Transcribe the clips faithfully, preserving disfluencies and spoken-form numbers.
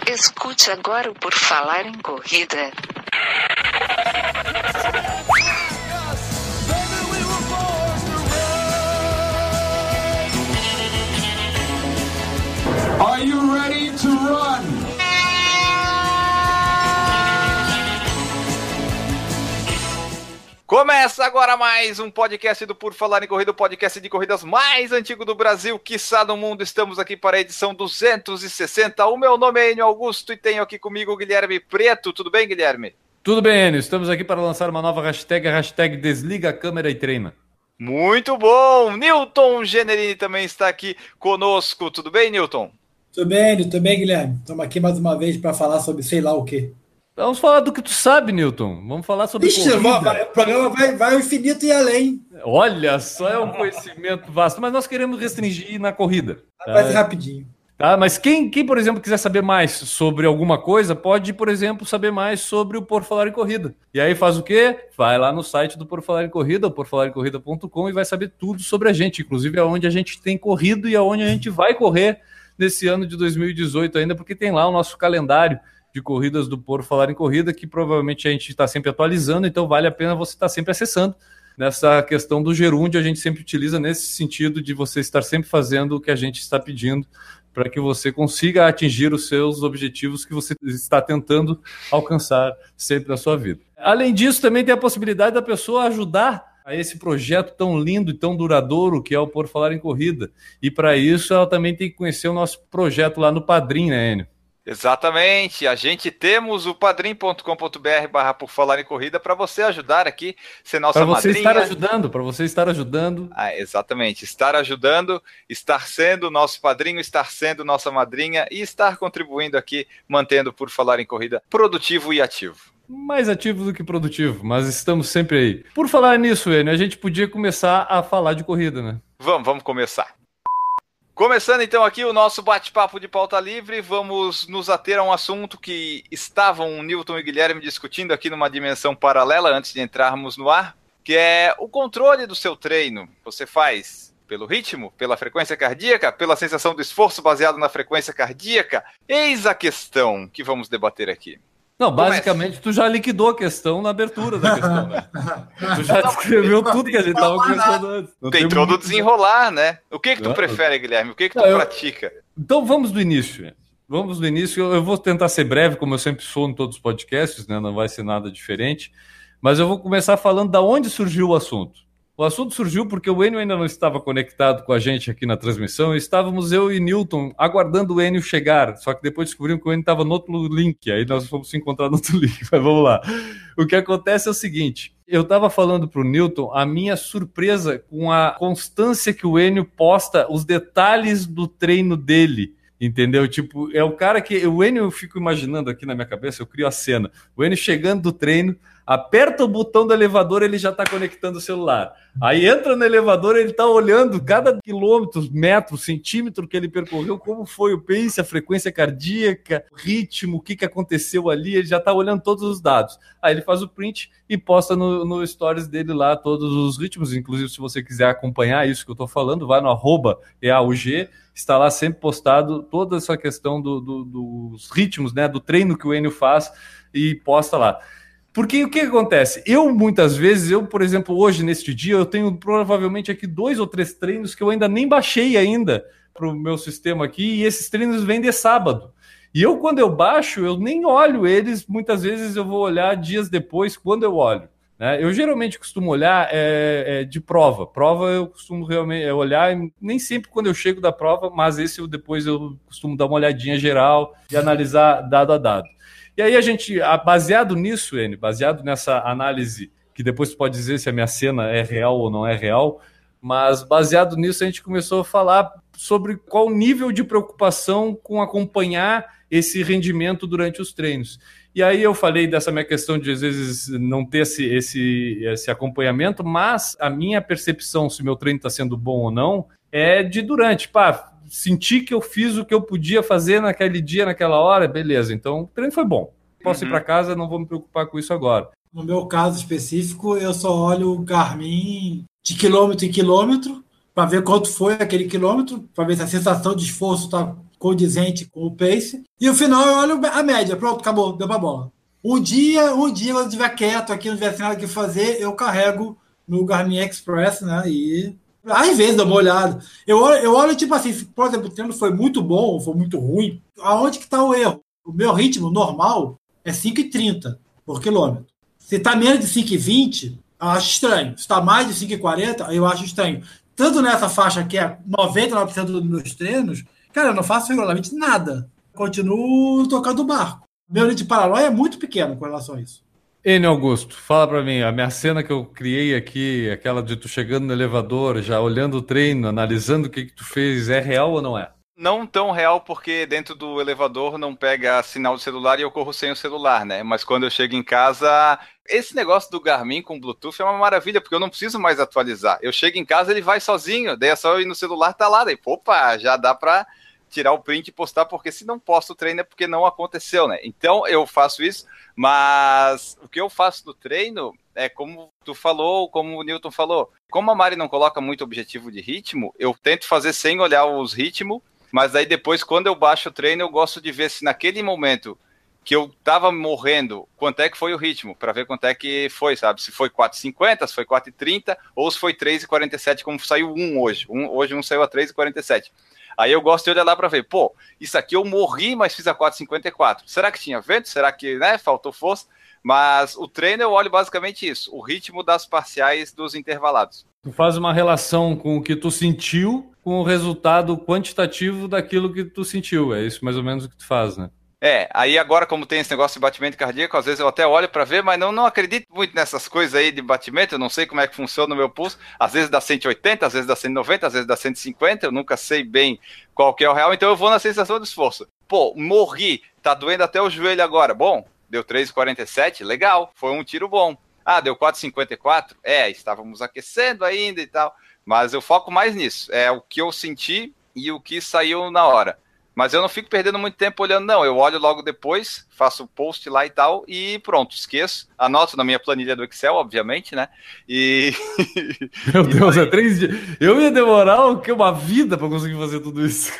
Escute agora o Por Falar em Corrida. Are you ready to run? Começa agora mais um podcast do Por Falar em Corrida, o podcast de corridas mais antigo do Brasil, quiçá do mundo. Estamos aqui para a edição duzentos e sessenta. O meu nome é Enio Augusto e tenho aqui comigo o Guilherme Preto. Tudo bem, Guilherme? Tudo bem, Enio. Estamos aqui para lançar uma nova hashtag, a hashtag Desliga a Câmera e Treina. Muito bom! Newton Generini também está aqui conosco. Tudo bem, Newton? Tudo bem, Enio. Tudo bem, Guilherme? Estamos aqui mais uma vez para falar sobre sei lá o quê. Vamos falar do que tu sabe, Newton. Vamos falar sobre Ixi, corrida. vai, o programa vai, vai ao infinito e além. Olha, só é um conhecimento vasto, mas nós queremos restringir na corrida. Vai ser Tá? rapidinho. Tá? Mas quem, quem, por exemplo, quiser saber mais sobre alguma coisa, pode, por exemplo, saber mais sobre o Por Falar em Corrida. E aí faz o quê? Vai lá no site do Por Falar em Corrida, o por falar em corrida ponto com, e vai saber tudo sobre a gente, inclusive aonde a gente tem corrido e aonde a gente vai correr nesse ano de dois mil e dezoito ainda, porque tem lá o nosso calendário de corridas do Por Falar em Corrida, que provavelmente a gente está sempre atualizando, então vale a pena você estar sempre acessando. Nessa questão do gerúndio, a gente sempre utiliza nesse sentido de você estar sempre fazendo o que a gente está pedindo para que você consiga atingir os seus objetivos que você está tentando alcançar sempre na sua vida. Além disso, também tem a possibilidade da pessoa ajudar a esse projeto tão lindo e tão duradouro que é o Por Falar em Corrida. E para isso, ela também tem que conhecer o nosso projeto lá no Padrim, né, Enio? Exatamente, a gente temos o padrim ponto com ponto br barra Por Falar em Corrida para você ajudar aqui, ser nossa madrinha. Para você madrinha. estar ajudando, para você estar ajudando. Ah, exatamente, estar ajudando, estar sendo nosso padrinho, estar sendo nossa madrinha e estar contribuindo aqui, mantendo Por Falar em Corrida produtivo e ativo. Mais ativo do que produtivo, mas estamos sempre aí. Por falar nisso, Enio, a gente podia começar a falar de corrida, né? Vamos, vamos começar. Começando então aqui o nosso bate-papo de pauta livre, vamos nos ater a um assunto que estavam o Newton e o Guilherme discutindo aqui numa dimensão paralela antes de entrarmos no ar, que é o controle do seu treino. Você faz pelo ritmo, pela frequência cardíaca, pela sensação do esforço baseado na frequência cardíaca? Eis a questão que vamos debater aqui. Não, basicamente Comece. Tu já liquidou a questão na abertura da questão, né? Tu já descreveu tudo que a gente estava conversando antes. Não tem todo desenrolar, né? O que que tu não. prefere, Guilherme? O que que tu não, pratica? Eu... Então vamos do início. Vamos do início. Eu vou tentar ser breve, como eu sempre sou em todos os podcasts, né? Não vai ser nada diferente. Mas eu vou começar falando da onde surgiu o assunto. O assunto surgiu porque o Enio ainda não estava conectado com a gente aqui na transmissão. Estávamos eu e Newton aguardando o Enio chegar, só que depois descobrimos que o Enio estava no outro link, aí nós fomos se encontrar no outro link, mas vamos lá. O que acontece é o seguinte, eu estava falando para o Newton a minha surpresa com a constância que o Enio posta os detalhes do treino dele. Entendeu? Tipo, é o cara que... O Enio, eu fico imaginando aqui na minha cabeça, eu crio a cena. O Enio chegando do treino, aperta o botão do elevador, ele já está conectando o celular. Aí entra no elevador, ele está olhando cada quilômetro, metro, centímetro que ele percorreu, como foi o pace, a frequência cardíaca, o ritmo, o que, que aconteceu ali, ele já está olhando todos os dados. Aí ele faz o print e posta no, no stories dele lá todos os ritmos, inclusive se você quiser acompanhar isso que eu estou falando, vai no arroba E A U G, está lá sempre postado toda essa questão do, do, dos ritmos, né, do treino que o Enio faz e posta lá. Porque o que acontece? Eu, muitas vezes, eu, por exemplo, hoje, neste dia, eu tenho provavelmente aqui dois ou três treinos que eu ainda nem baixei ainda para o meu sistema aqui, e esses treinos vêm de sábado. E eu, quando eu baixo, eu nem olho eles, muitas vezes eu vou olhar dias depois, quando eu olho. Né? Eu geralmente costumo olhar é, é, de prova. Prova eu costumo realmente olhar, nem sempre quando eu chego da prova, mas esse eu, depois eu costumo dar uma olhadinha geral e analisar dado a dado. E aí a gente, baseado nisso, Enio, baseado nessa análise, que depois tu pode dizer se a minha cena é real ou não é real, mas baseado nisso a gente começou a falar sobre qual o nível de preocupação com acompanhar esse rendimento durante os treinos. E aí eu falei dessa minha questão de, às vezes, não ter esse, esse, esse acompanhamento, mas a minha percepção se meu treino está sendo bom ou não é de durante, pá, senti que eu fiz o que eu podia fazer naquele dia, naquela hora, beleza, então o treino foi bom. Posso uhum. ir para casa, não vou me preocupar com isso agora. No meu caso específico, eu só olho o Garmin de quilômetro em quilômetro para ver quanto foi aquele quilômetro, para ver se a sensação de esforço está condizente com o pace. E no final eu olho a média. Pronto, acabou, deu pra bola. Um dia, um dia, quando eu estiver quieto aqui, não tiver nada que fazer, eu carrego no Garmin Express, né? E às vezes dou uma olhada. Eu olho, eu olho tipo assim, se, por exemplo, o treino foi muito bom ou foi muito ruim, aonde que está o erro? O meu ritmo normal é cinco e trinta por quilômetro. Se está menos de cinco e vinte, eu acho estranho. Se está mais de cinco e quarenta, eu acho estranho. Tanto nessa faixa que é noventa e nove por cento dos meus treinos, cara, eu não faço regularmente nada. Continuo tocando o barco. Meu nível de paranoia é muito pequeno com relação a isso. Enio Augusto, fala pra mim, a minha cena que eu criei aqui, aquela de tu chegando no elevador, já olhando o treino, analisando o que que tu fez, é real ou não é? Não tão real, porque dentro do elevador não pega sinal de celular e eu corro sem o celular, né? Mas quando eu chego em casa, esse negócio do Garmin com Bluetooth é uma maravilha, porque eu não preciso mais atualizar. Eu chego em casa, ele vai sozinho, daí é só eu ir no celular, tá lá, daí, opa, já dá pra tirar o print e postar, porque se não posto o treino é porque não aconteceu, né? Então eu faço isso, mas o que eu faço no treino é como tu falou, como o Newton falou. Como a Mari não coloca muito objetivo de ritmo, eu tento fazer sem olhar os ritmos, mas aí depois, quando eu baixo o treino, eu gosto de ver se naquele momento que eu tava morrendo, quanto é que foi o ritmo, para ver quanto é que foi, sabe? Se foi quatro e cinquenta, se foi quatro e trinta, ou se foi três e quarenta e sete, como saiu um hoje. Um, hoje um saiu a três e quarenta e sete. Aí eu gosto de olhar lá para ver, pô, isso aqui eu morri, mas fiz a quatro e cinquenta e quatro. Será que tinha vento? Será que, né, faltou força? Mas o treino eu olho basicamente isso, o ritmo das parciais dos intervalados. Tu faz uma relação com o que tu sentiu com o resultado quantitativo daquilo que tu sentiu. É isso mais ou menos o que tu faz, né? É, aí agora como tem esse negócio de batimento cardíaco, às vezes eu até olho para ver, mas não, não acredito muito nessas coisas aí de batimento, eu não sei como é que funciona o meu pulso, às vezes dá cento e oitenta, às vezes dá cento e noventa, às vezes dá cento e cinquenta, eu nunca sei bem qual que é o real, então eu vou na sensação de esforço. Pô, morri, tá doendo até o joelho agora, bom, deu três e quarenta e sete, legal, foi um tiro bom. Ah, deu quatro e cinquenta e quatro? É, estávamos aquecendo ainda e tal, mas eu foco mais nisso, é o que eu senti e o que saiu na hora. Mas eu não fico perdendo muito tempo olhando, não. Eu olho logo depois, faço o post lá e tal, e pronto, esqueço. Anoto na minha planilha do Excel, obviamente, né? E... Meu Deus, é três dias. Eu ia demorar o que? Uma vida para conseguir fazer tudo isso.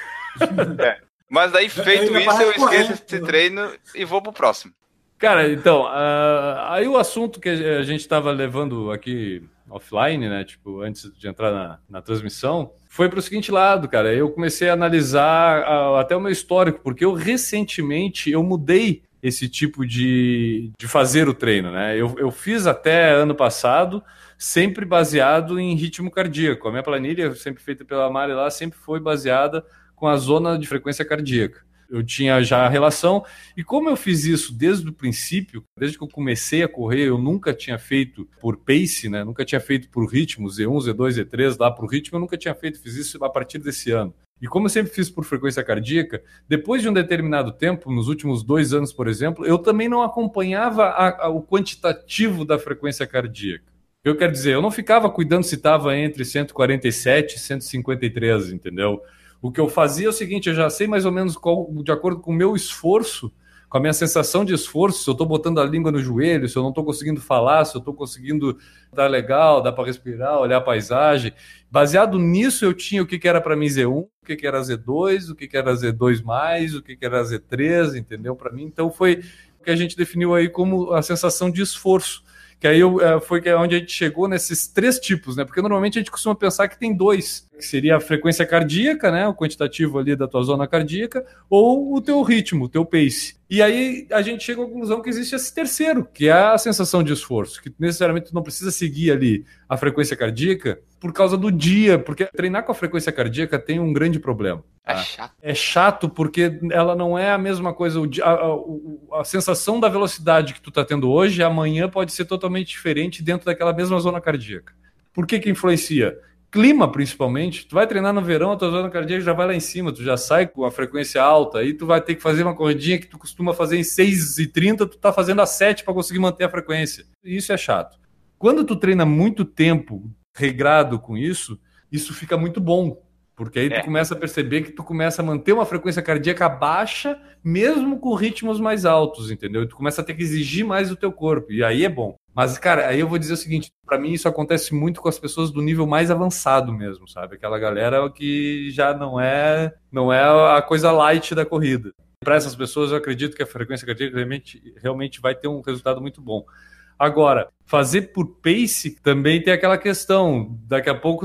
É. Mas daí, feito eu isso, eu esqueço esse treino e vou pro próximo. Cara, então, uh, aí o assunto que a gente estava levando aqui offline, né, tipo, antes de entrar na, na transmissão, foi para o seguinte lado, cara, eu comecei a analisar uh, até o meu histórico, porque eu recentemente, eu mudei esse tipo de, de fazer o treino, né, eu, eu fiz até ano passado, sempre baseado em ritmo cardíaco, a minha planilha, sempre feita pela Mari lá, sempre foi baseada com a zona de frequência cardíaca. Eu tinha já a relação, e como eu fiz isso desde o princípio, desde que eu comecei a correr, eu nunca tinha feito por pace, né? Nunca tinha feito por ritmo, Z um, Z dois, Z três, lá por ritmo, eu nunca tinha feito, fiz isso a partir desse ano. E como eu sempre fiz por frequência cardíaca, depois de um determinado tempo, nos últimos dois anos, por exemplo, eu também não acompanhava a, a, o quantitativo da frequência cardíaca. Eu quero dizer, eu não ficava cuidando se estava entre cento e quarenta e sete e cento e cinquenta e três, entendeu? O que eu fazia é o seguinte, eu já sei mais ou menos qual, de acordo com o meu esforço, com a minha sensação de esforço, se eu estou botando a língua no joelho, se eu não estou conseguindo falar, se eu estou conseguindo dar legal, dá para respirar, olhar a paisagem. Baseado nisso, eu tinha o que, que era para mim Z um, o que, que era Z dois, o que, que era Z dois mais, o que, que era Z três, entendeu? Para mim, então foi o que a gente definiu aí como a sensação de esforço. Que aí eu, foi onde a gente chegou nesses três tipos, né? Porque normalmente a gente costuma pensar que tem dois, que seria a frequência cardíaca, né? O quantitativo ali da tua zona cardíaca, ou o teu ritmo, o teu pace. E aí a gente chega à conclusão que existe esse terceiro, que é a sensação de esforço, que necessariamente tu não precisa seguir ali a frequência cardíaca por causa do dia, porque treinar com a frequência cardíaca tem um grande problema. É chato. É chato porque ela não é a mesma coisa, a, a, a sensação da velocidade que tu tá tendo hoje, amanhã pode ser totalmente diferente dentro daquela mesma zona cardíaca. Por que que influencia? Clima, principalmente. Tu vai treinar no verão, a tua zona cardíaca já vai lá em cima, tu já sai com a frequência alta, aí tu vai ter que fazer uma corridinha que tu costuma fazer em seis e trinta, tu tá fazendo a sete para conseguir manter a frequência. E isso é chato. Quando tu treina muito tempo regrado com isso, isso fica muito bom. Porque aí tu é. começa a perceber que tu começa a manter uma frequência cardíaca baixa, mesmo com ritmos mais altos, entendeu? Tu começa a ter que exigir mais do teu corpo, e aí é bom. Mas, cara, aí eu vou dizer o seguinte, para mim isso acontece muito com as pessoas do nível mais avançado mesmo, sabe? Aquela galera que já não é, não é a coisa light da corrida. Para essas pessoas eu acredito que a frequência cardíaca realmente, realmente vai ter um resultado muito bom. Agora, fazer por pace também tem aquela questão, daqui a pouco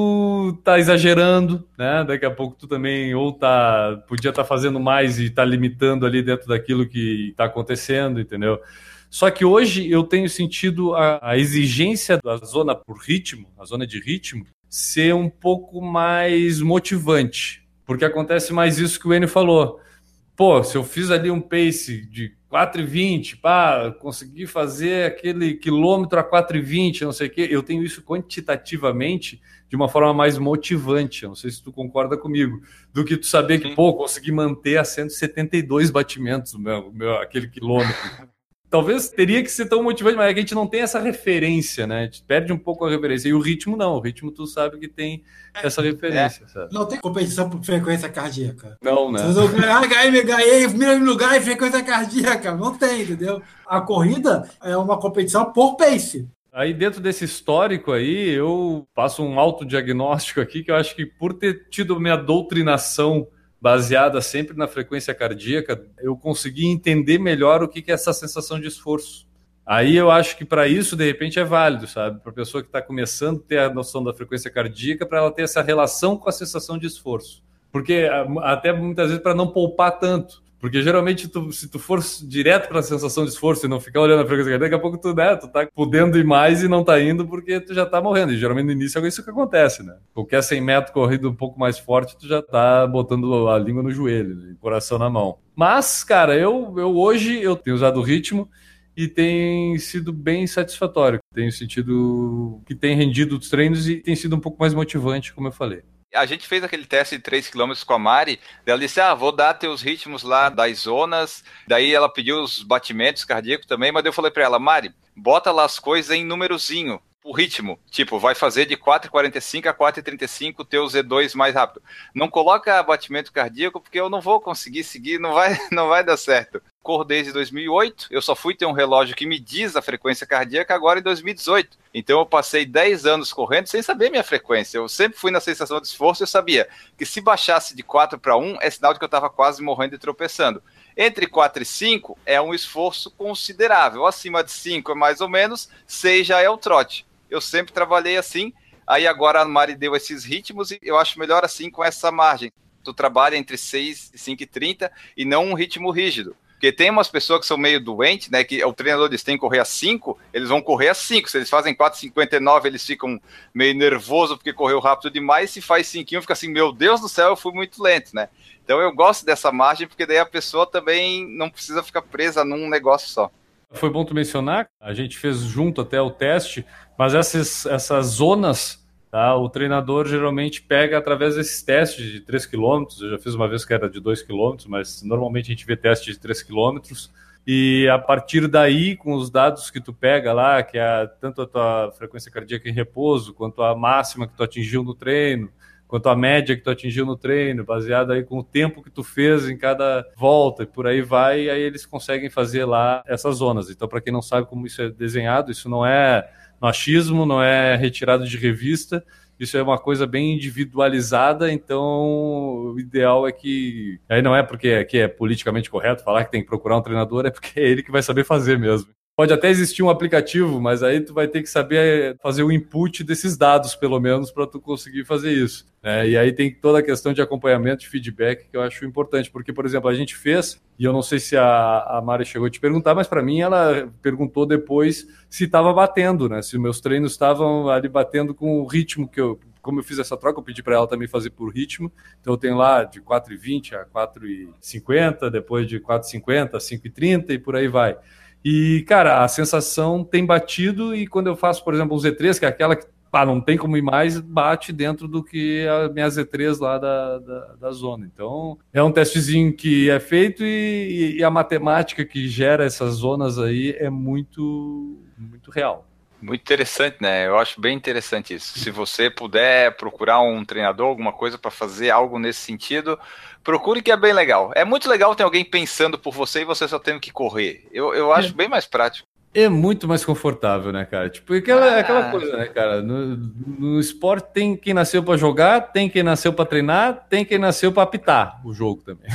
tu tá exagerando, né? Daqui a pouco tu também ou tá, podia estar tá fazendo mais e tá limitando ali dentro daquilo que está acontecendo, entendeu? Só que hoje eu tenho sentido a, a exigência da zona por ritmo, a zona de ritmo, ser um pouco mais motivante, porque acontece mais isso que o Enio falou. Pô, se eu fiz ali um pace de quatro e vinte, pá, consegui fazer aquele quilômetro a quatro e vinte, não sei o quê, eu tenho isso quantitativamente de uma forma mais motivante, eu não sei se tu concorda comigo, do que tu saber que, pô, consegui manter a cento e setenta e dois batimentos, meu, meu, aquele quilômetro. Talvez teria que ser tão motivante, mas a gente não tem essa referência, né? A gente perde um pouco a referência. E o ritmo não, o ritmo tu sabe que tem essa referência. É. Sabe? Não tem competição por frequência cardíaca. Não, né? Se eu ganhar, ganhei, ganhei, primeiro lugar em frequência cardíaca. Não tem, entendeu? A corrida é uma competição por pace. Aí dentro desse histórico aí, eu faço um autodiagnóstico aqui, que eu acho que por ter tido minha doutrinação baseada sempre na frequência cardíaca, eu consegui entender melhor o que é essa sensação de esforço. Aí eu acho que para isso, de repente, é válido, sabe? Para a pessoa que está começando a ter a noção da frequência cardíaca, para ela ter essa relação com a sensação de esforço. Porque até muitas vezes para não poupar tanto. Porque geralmente, tu, se tu for direto para a sensação de esforço e não ficar olhando a frequência cardíaca, daqui a pouco tu, né, tu tá podendo ir mais e não tá indo porque tu já tá morrendo. E geralmente no início é isso que acontece, né? Qualquer cem metros corrido um pouco mais forte, tu já tá botando a língua no joelho, né, o coração na mão. Mas, cara, eu, eu hoje eu tenho usado o ritmo e tem sido bem satisfatório. Tenho sentido que tem rendido os treinos e tem sido um pouco mais motivante, como eu falei. A gente fez aquele teste de três quilômetros com a Mari, ela disse, ah, vou dar teus ritmos lá das zonas, daí ela pediu os batimentos cardíacos também, mas eu falei pra ela, Mari, bota lá as coisas em númerozinho, o ritmo, tipo, vai fazer de quatro e quarenta e cinco a quatro e trinta e cinco o teu Z dois mais rápido. Não coloca batimento cardíaco, porque eu não vou conseguir seguir, não vai, não vai dar certo. Corro desde dois mil e oito, eu só fui ter um relógio que me diz a frequência cardíaca agora em dois mil e dezoito. Então eu passei dez anos correndo sem saber minha frequência. Eu sempre fui na sensação de esforço e eu sabia que se baixasse de quatro para um é sinal de que eu estava quase morrendo e tropeçando. Entre quatro e cinco é um esforço considerável. Acima de cinco é mais ou menos, seis já é o trote. Eu sempre trabalhei assim, aí agora a Mari deu esses ritmos e eu acho melhor assim com essa margem. Tu trabalha entre seis e cinco e trinta e não um ritmo rígido. Porque tem umas pessoas que são meio doentes, né? Que o treinador diz que tem que correr a cinco, eles vão correr a cinco. Se eles fazem quatro e cinquenta e nove, eles ficam meio nervosos porque correu rápido demais. Se faz cinco, fica assim, meu Deus do céu, eu fui muito lento, né? Então eu gosto dessa margem, porque daí a pessoa também não precisa ficar presa num negócio só. Foi bom tu mencionar, a gente fez junto até o teste, mas essas, essas zonas, tá, o treinador geralmente pega através desses testes de três quilômetros, eu já fiz uma vez que era de dois quilômetros, mas normalmente a gente vê teste de três quilômetros, e a partir daí, com os dados que tu pega lá, que é tanto a tua frequência cardíaca em repouso, quanto a máxima que tu atingiu no treino, quanto a média que tu atingiu no treino, baseado aí com o tempo que tu fez em cada volta, e por aí vai, e aí eles conseguem fazer lá essas zonas. Então, para quem não sabe como isso é desenhado, isso não é no achismo, não é retirado de revista, isso é uma coisa bem individualizada, então o ideal é que... Aí não é porque aqui é politicamente correto falar que tem que procurar um treinador, é porque é ele que vai saber fazer mesmo. Pode até existir um aplicativo, mas aí tu vai ter que saber fazer o input desses dados, pelo menos, para tu conseguir fazer isso. É, e aí tem toda a questão de acompanhamento, de feedback, que eu acho importante. Porque, por exemplo, a gente fez, e eu não sei se a, a Mari chegou a te perguntar, mas para mim ela perguntou depois se estava batendo, né? Se meus treinos estavam ali batendo com o ritmo que eu... Como eu fiz essa troca, eu pedi para ela também fazer por ritmo. Então eu tenho lá de quatro e vinte a quatro e cinquenta, depois de quatro e cinquenta a cinco e trinta e por aí vai. E, cara, a sensação tem batido e quando eu faço, por exemplo, o Z três, que é aquela que pá, não tem como ir mais, bate dentro do que a minha Z três lá da, da, da zona. Então, é um testezinho que é feito e, e a matemática que gera essas zonas aí é muito, muito real. Muito interessante, né? Eu acho bem interessante isso. Se você puder procurar um treinador, alguma coisa para fazer algo nesse sentido, procure, que é bem legal. É muito legal ter alguém pensando por você e você só tendo que correr. Eu, eu acho é. bem mais prático. É muito mais confortável, né, cara? Tipo, aquela, Ah. aquela coisa, né, cara? No, no esporte tem quem nasceu para jogar, tem quem nasceu para treinar, tem quem nasceu para apitar o jogo também.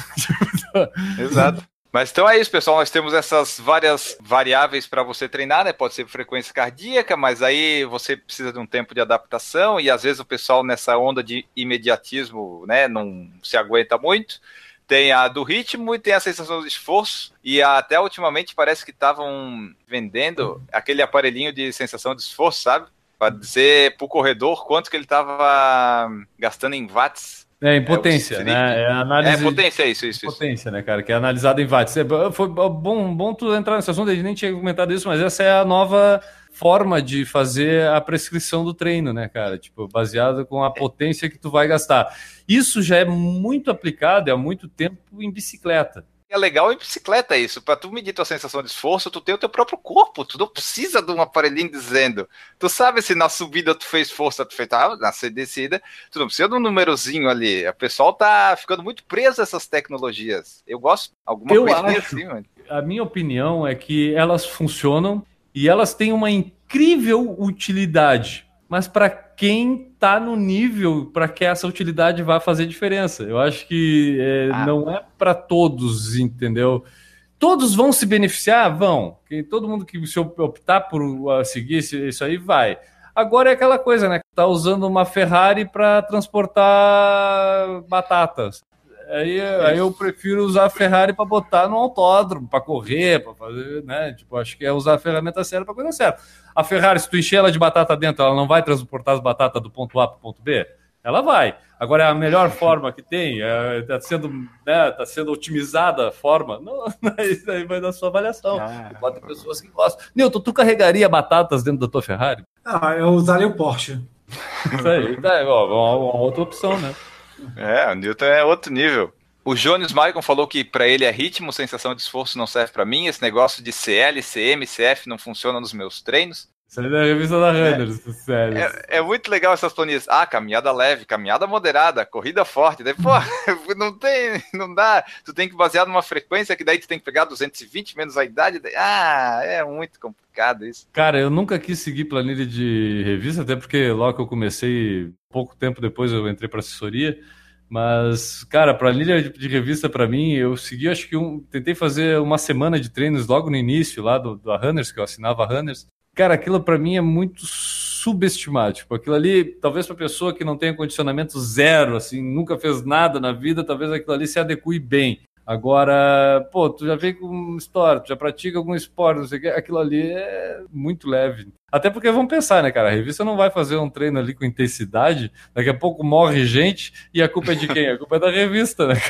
Exato. Mas então é isso, pessoal. Nós temos essas várias variáveis para você treinar, né? Pode ser frequência cardíaca, mas aí você precisa de um tempo de adaptação e às vezes o pessoal nessa onda de imediatismo, né, não se aguenta muito. Tem a do ritmo e tem a sensação de esforço. E até ultimamente parece que estavam vendendo aquele aparelhinho de sensação de esforço, sabe? Para dizer pro corredor quanto que ele estava gastando em watts. É, em potência, é né? É, a análise... é potência, isso, isso, isso. Potência, né, cara? Que é analisada em watts. É, foi bom, bom tu entrar nesse assunto, a gente nem tinha comentado isso, mas essa é a nova forma de fazer a prescrição do treino, né, cara? Tipo, baseada com a potência que tu vai gastar. Isso já é muito aplicado há muito tempo em bicicleta. É legal em bicicleta isso, para tu medir tua sensação de esforço, tu tem o teu próprio corpo, tu não precisa de um aparelhinho dizendo, tu sabe se na subida tu fez força, tu fez, ah, na descida, tu não precisa de um númerozinho ali, o pessoal tá ficando muito preso a essas tecnologias, eu gosto, alguma eu coisa acho, assim, mano. A minha opinião é que elas funcionam e elas têm uma incrível utilidade, mas para quem está no nível para que essa utilidade vá fazer diferença. Eu acho que é, ah. não é para todos, entendeu? Todos vão se beneficiar? Vão. Todo mundo que se optar por seguir isso aí vai. Agora é aquela coisa, né? Tá usando uma Ferrari para transportar batatas. Aí, aí eu prefiro usar a Ferrari para botar no autódromo, para correr, para fazer, né? Tipo, acho que é usar a ferramenta certa para coisa certa. A Ferrari, se tu encher ela de batata dentro, ela não vai transportar as batatas do ponto A para o ponto B? Ela vai. Agora, é a melhor forma que tem, está é, sendo, né, tá sendo otimizada a forma, não, isso aí vai dar sua avaliação. Ah, pode ter pessoas que gostam. Nilton, tu carregaria batatas dentro da tua Ferrari? Ah, eu usaria o Porsche. Isso aí, tá, ó, uma, uma outra opção, né? É, o Newton é outro nível. O Jones Maicon falou que para ele é ritmo, sensação de esforço não serve para mim. Esse negócio de C L, C M, C F não funciona nos meus treinos. Isso aí é da revista da Runners, é, sério. É, é muito legal essas planilhas. Ah, caminhada leve, caminhada moderada, corrida forte. Daí, pô, não tem, não dá. Tu tem que basear numa frequência que daí tu tem que pegar duzentos e vinte menos a idade. Daí, ah, é muito complicado isso. Cara, eu nunca quis seguir planilha de revista, até porque logo que eu comecei, pouco tempo depois eu entrei para assessoria. Mas, cara, planilha de, de revista para mim, eu segui, acho que um, tentei fazer uma semana de treinos logo no início lá do, da Runners, que eu assinava a Runners. Cara, aquilo para mim é muito subestimado. Tipo, aquilo ali, talvez para pessoa que não tenha condicionamento zero, assim, nunca fez nada na vida, talvez aquilo ali se adeque bem. Agora, pô, tu já vem com história, tu já pratica algum esporte, não sei o que, aquilo ali é muito leve. Até porque vamos pensar, né, cara, a revista não vai fazer um treino ali com intensidade, daqui a pouco morre gente e a culpa é de quem? A culpa é da revista, né?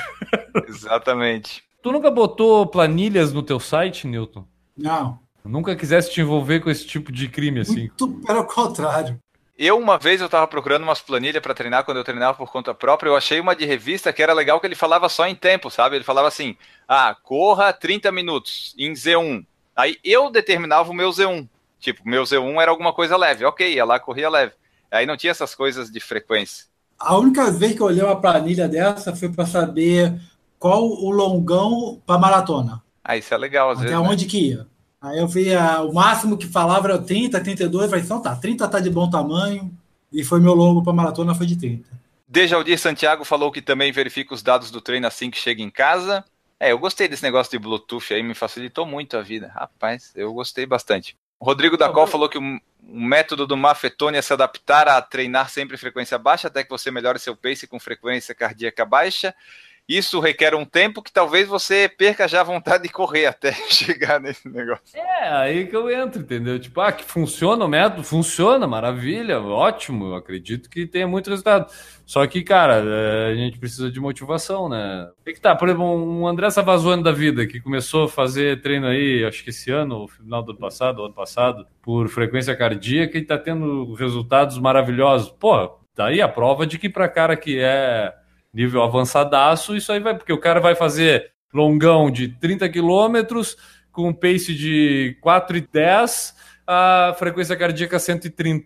Exatamente. Tu nunca botou planilhas no teu site, Nilton? Não. Nunca quisesse te envolver com esse tipo de crime, assim? Muito pelo contrário. Eu, uma vez, eu estava procurando umas planilhas para treinar quando eu treinava por conta própria. Eu achei uma de revista que era legal, que ele falava só em tempo, sabe? Ele falava assim, ah, corra trinta minutos em Z um. Aí eu determinava o meu Z um. Tipo, meu Z um era alguma coisa leve. Ok, ia lá, corria leve. Aí não tinha essas coisas de frequência. A única vez que eu olhei uma planilha dessa foi para saber qual o longão para maratona. Ah, isso é legal, às Até vezes, onde né? que ia. Aí eu vi a, o máximo que falava era trinta, trinta e dois, eu falei, então tá, trinta tá de bom tamanho, e foi meu longo para maratona, foi de trinta. Dejaldir Santiago falou que também verifica os dados do treino assim que chega em casa. É, eu gostei desse negócio de Bluetooth aí, me facilitou muito a vida. Rapaz, eu gostei bastante. O Rodrigo Dacol falou que o, o método do Mafetone é se adaptar a treinar sempre em frequência baixa, até que você melhore seu pace com frequência cardíaca baixa. Isso requer um tempo que talvez você perca já a vontade de correr até chegar nesse negócio. É, aí que eu entro, entendeu? Tipo, ah, que funciona o método? Funciona, maravilha, ótimo, eu acredito que tenha muito resultado. Só que, cara, a gente precisa de motivação, né? O que que tá? Por exemplo, um André Savazone da vida, que começou a fazer treino aí, acho que esse ano, no final do ano passado, ano passado, por frequência cardíaca, e tá tendo resultados maravilhosos. Pô, daí a prova de que pra cara que é nível avançadaço, isso aí vai, porque o cara vai fazer longão de trinta quilômetros com um pace de quatro e dez, a frequência cardíaca cento e trinta.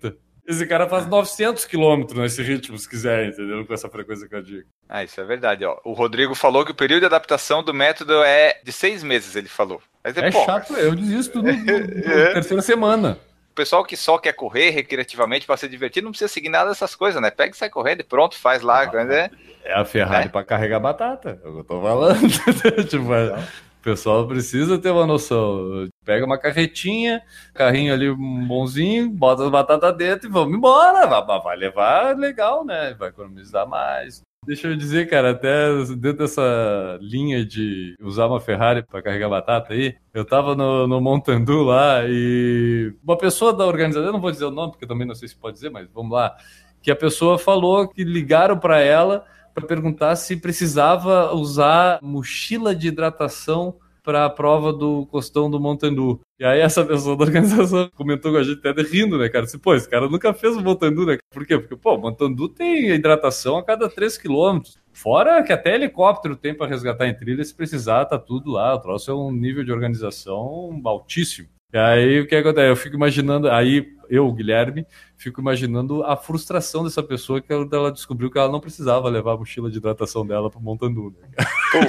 Esse cara faz novecentos quilômetros nesse ritmo, se quiser, entendeu? Com essa frequência cardíaca. Ah, isso é verdade, ó. O Rodrigo falou que o período de adaptação do método é de seis meses, ele falou. Mas é, é pô, chato, eu desisto na é. terceira semana. O pessoal que só quer correr recreativamente para se divertir não precisa seguir nada dessas coisas, né? Pega e sai correndo e pronto, faz lá. Ah, né? É a Ferrari é. para carregar batata, é o que eu tô falando. tipo, então. O pessoal precisa ter uma noção. Pega uma carretinha, carrinho ali bonzinho, bota as batatas dentro e vamos embora. Vai, vai levar legal, né? Vai economizar mais. Deixa eu dizer, cara, até dentro dessa linha de usar uma Ferrari para carregar batata aí, eu tava no, no Montandu lá e uma pessoa da organização, eu não vou dizer o nome porque também não sei se pode dizer, mas vamos lá, que a pessoa falou que ligaram para ela para perguntar se precisava usar mochila de hidratação para a prova do costão do Montandu. E aí essa pessoa da organização comentou com a gente até rindo, né, cara? Disse, pô, esse cara nunca fez o Montandu, né? Por quê? Porque, pô, o Montandu tem hidratação a cada três quilômetros. Fora que até helicóptero tem para resgatar em trilha, se precisar, tá tudo lá. O troço é um nível de organização altíssimo. E aí o que acontece? Eu fico imaginando, aí eu, Guilherme, fico imaginando a frustração dessa pessoa que ela, ela descobriu que ela não precisava levar a mochila de hidratação dela pro Montandu, né?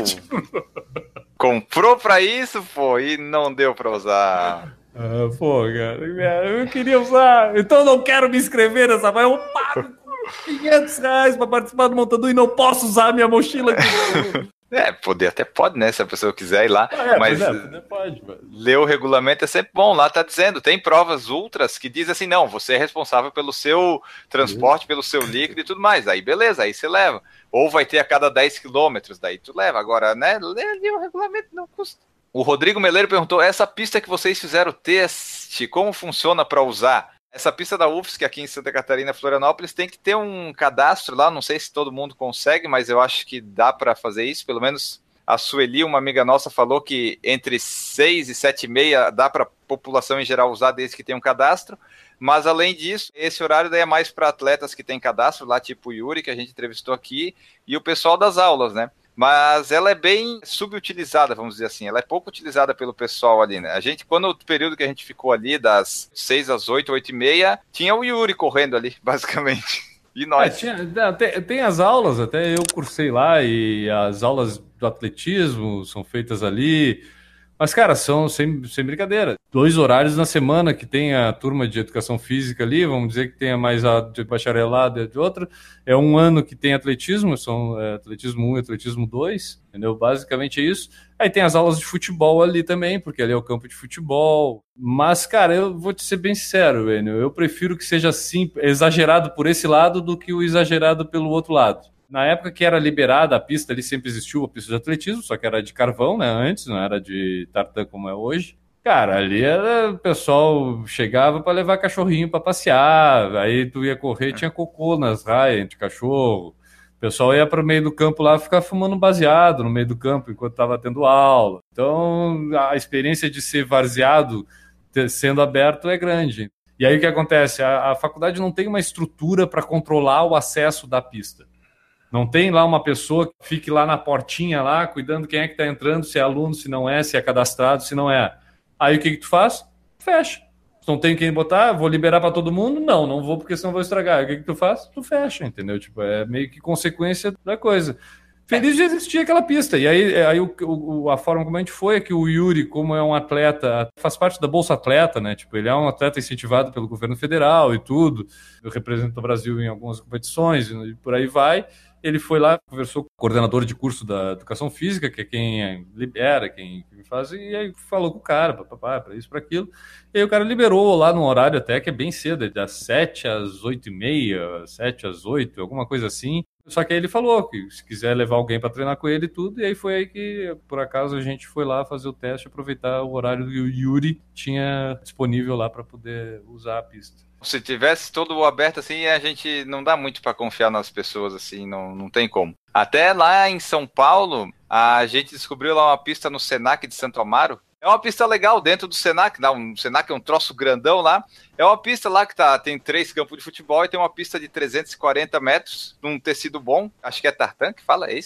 Pô, comprou pra isso, pô, e não deu pra usar. Ah, pô, cara, eu queria usar, então eu não quero me inscrever nessa, mas eu pago quinhentos reais pra participar do Montandu e não posso usar a minha mochila aqui. É, poder até pode, né? Se a pessoa quiser ir lá. Ah, é, mas é, poder pode, mas ler o regulamento é sempre bom. Lá tá dizendo, tem provas ultras que diz assim, não, você é responsável pelo seu transporte, Isso. pelo seu líquido e tudo mais. Aí beleza, aí você leva. Ou vai ter a cada dez quilômetros, daí tu leva. Agora, né? Ler ali o regulamento não custa. O Rodrigo Meleiro perguntou, essa pista que vocês fizeram o teste, como funciona para usar? Essa pista da U F S C aqui em Santa Catarina, Florianópolis, tem que ter um cadastro lá, não sei se todo mundo consegue, mas eu acho que dá para fazer isso, pelo menos a Sueli, uma amiga nossa, falou que entre seis e sete e meia dá para a população em geral usar desde que tem um cadastro, mas além disso, esse horário daí é mais para atletas que têm cadastro, lá tipo o Yuri, que a gente entrevistou aqui, e o pessoal das aulas, né? Mas ela é bem subutilizada, vamos dizer assim, ela é pouco utilizada pelo pessoal ali, né? A gente, quando o período que a gente ficou ali, das seis às oito, oito e meia, tinha o Yuri correndo ali, basicamente. E nós. É, tinha, tem, tem as aulas, até eu cursei lá, e as aulas do atletismo são feitas ali. Mas, cara, são sem, sem brincadeira. Dois horários na semana que tem a turma de educação física ali, vamos dizer que tenha mais a de bacharelado e de outra. É um ano que tem atletismo, são é, atletismo um e atletismo dois, entendeu? Basicamente é isso. Aí tem as aulas de futebol ali também, porque ali é o campo de futebol. Mas, cara, eu vou te ser bem sincero, Enio, eu prefiro que seja assim, exagerado por esse lado do que o exagerado pelo outro lado. Na época que era liberada a pista, ali sempre existiu a pista de atletismo, só que era de carvão, né, antes, não era de tartan como é hoje. Cara, ali era, o pessoal chegava para levar cachorrinho para passear, aí tu ia correr, tinha cocô nas raias de cachorro. O pessoal ia para o meio do campo lá ficar fumando baseado no meio do campo enquanto estava tendo aula. Então, a experiência de ser varzeado sendo aberto é grande. E aí o que acontece? A, a faculdade não tem uma estrutura para controlar o acesso da pista. Não tem lá uma pessoa que fique lá na portinha, lá, cuidando quem é que está entrando, se é aluno, se não é, se é cadastrado, se não é. Aí o que, que tu faz? Fecha. Não tem quem botar, vou liberar para todo mundo? Não, não vou porque senão vou estragar. O que, que tu faz? Tu fecha, entendeu? Tipo, é meio que consequência da coisa. Feliz de existir aquela pista. E aí, aí o, o, a forma como a gente foi é que o Yuri, como é um atleta, faz parte da Bolsa Atleta, né? Tipo, ele é um atleta incentivado pelo governo federal e tudo. Eu represento o Brasil em algumas competições e por aí vai. Ele foi lá, conversou com o coordenador de curso da Educação Física, que é quem libera, quem faz, e aí falou com o cara, papapá, para isso, para aquilo. E aí o cara liberou lá num horário até que é bem cedo, das sete às oito e meia, sete às oito, alguma coisa assim. Só que aí ele falou que se quiser levar alguém para treinar com ele e tudo, e aí foi aí que, por acaso, a gente foi lá fazer o teste, aproveitar o horário que o Yuri tinha disponível lá para poder usar a pista. Se tivesse todo aberto assim, a gente não dá muito para confiar nas pessoas assim, não, não tem como. Até lá em São Paulo, a gente descobriu lá uma pista no Senac de Santo Amaro. É uma pista legal dentro do Senac, lá, um Senac é um troço grandão lá. É uma pista lá que tá, tem três campos de futebol e tem uma pista de trezentos e quarenta metros, num tecido bom, acho que é tartan que fala, é isso?